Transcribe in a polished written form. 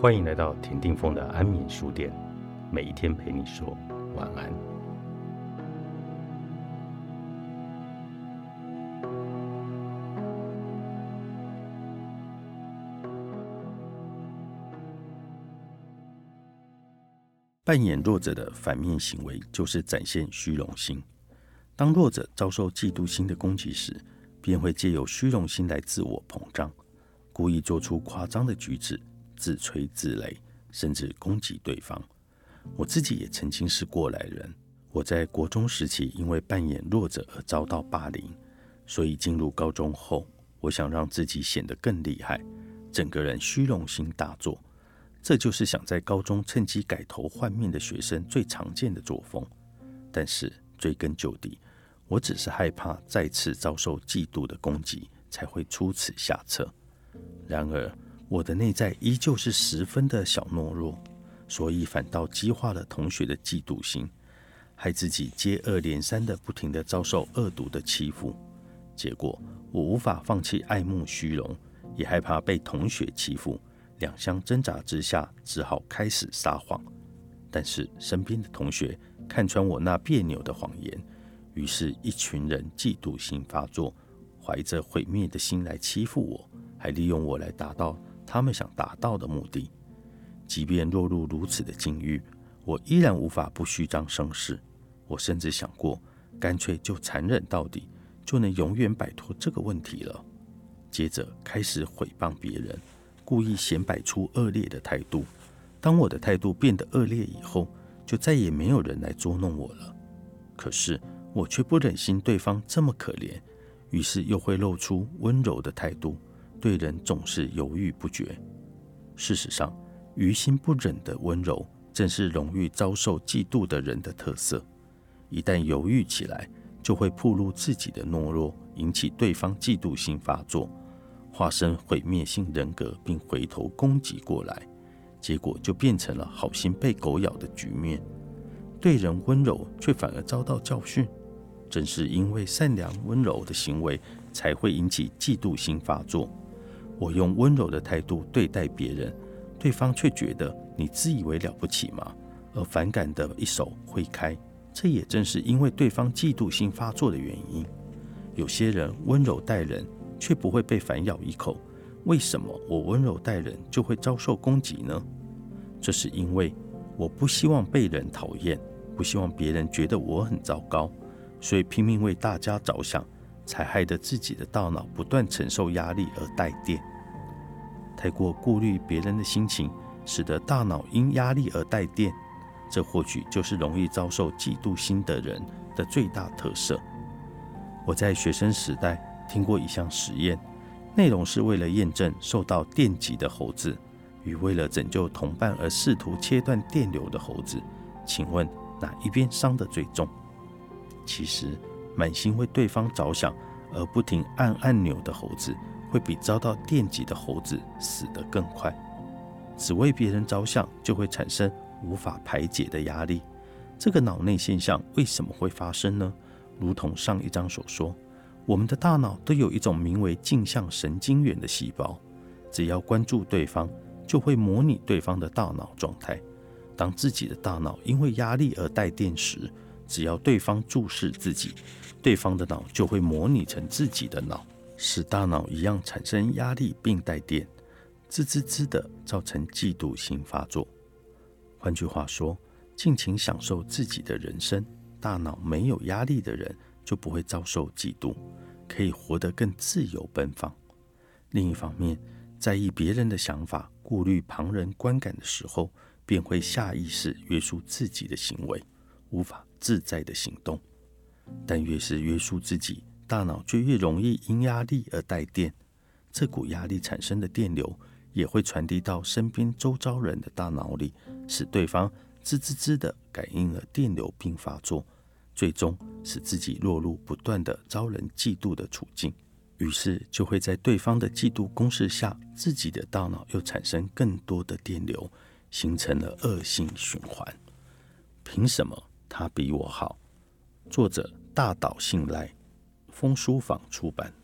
欢迎来到田定峰的安眠书店，每一天陪你说晚安。扮演弱者的反面行为就是展现虚荣心。当弱者遭受嫉妒心的攻击时，便会借由虚荣心来自我膨胀，故意做出夸张的举止，自吹自擂，甚至攻击对方。我自己也曾经是过来人。我在国中时期因为扮演弱者而遭到霸凌，所以进入高中后，我想让自己显得更厉害，整个人虚荣心大作。这就是想在高中趁机改头换面的学生最常见的作风。但是追根究底，我只是害怕再次遭受嫉妒的攻击，才会出此下策。然而我的内在依旧是十分的小懦弱，所以反倒激化了同学的嫉妒心，害自己接二连三的不停的遭受恶毒的欺负。结果我无法放弃爱慕虚荣，也害怕被同学欺负，两相挣扎之下，只好开始撒谎。但是身边的同学看穿我那别扭的谎言，于是一群人嫉妒心发作，怀着毁灭的心来欺负我，还利用我来达到他们想达到的目的。即便落入如此的境遇，我依然无法不虚张声势。我甚至想过，干脆就残忍到底，就能永远摆脱这个问题了。接着开始毁谤别人，故意显摆出恶劣的态度。当我的态度变得恶劣以后，就再也没有人来捉弄我了。可是我却不忍心对方这么可怜，于是又会露出温柔的态度，对人总是犹豫不决。事实上，于心不忍的温柔，正是容易遭受嫉妒的人的特色。一旦犹豫起来，就会暴露自己的懦弱，引起对方嫉妒心发作，化身毁灭性人格，并回头攻击过来。结果就变成了好心被狗咬的局面。对人温柔，却反而遭到教训。正是因为善良温柔的行为，才会引起嫉妒心发作。我用温柔的态度对待别人，对方却觉得你自以为了不起吗？而反感的一手挥开。这也正是因为对方嫉妒心发作的原因。有些人温柔待人，却不会被反咬一口。为什么我温柔待人就会遭受攻击呢？这是因为我不希望被人讨厌，不希望别人觉得我很糟糕，所以拼命为大家着想，才害得自己的大脑不断承受压力而带电。太过顾虑别人的心情，使得大脑因压力而带电，这或许就是容易遭受嫉妒心的人的最大特色。我在学生时代听过一项实验，内容是为了验证受到电击的猴子与为了拯救同伴而试图切断电流的猴子，请问哪一边伤得最重？其实满心为对方着想而不停按按钮的猴子，会比遭到电击的猴子死得更快。只为别人着想，就会产生无法排解的压力。这个脑内现象为什么会发生呢？如同上一章所说，我们的大脑都有一种名为镜像神经元的细胞，只要关注对方，就会模拟对方的大脑状态。当自己的大脑因为压力而带电时，只要对方注视自己，对方的脑就会模拟成自己的脑，使大脑一样产生压力并带电，滋滋滋的造成嫉妒心发作。换句话说，尽情享受自己的人生，大脑没有压力的人就不会遭受嫉妒，可以活得更自由奔放。另一方面，在意别人的想法，顾虑旁人观感的时候，便会下意识约束自己的行为，无法自在的行动。但越是约束自己，大脑就越容易因压力而带电，这股压力产生的电流也会传递到身边周遭人的大脑里，使对方滋滋滋的感应了电流并发作，最终使自己落入不断的遭人嫉妒的处境。于是就会在对方的嫉妒攻势下，自己的大脑又产生更多的电流，形成了恶性循环。凭什么他比我好？作者大岛信赖，风书坊出版。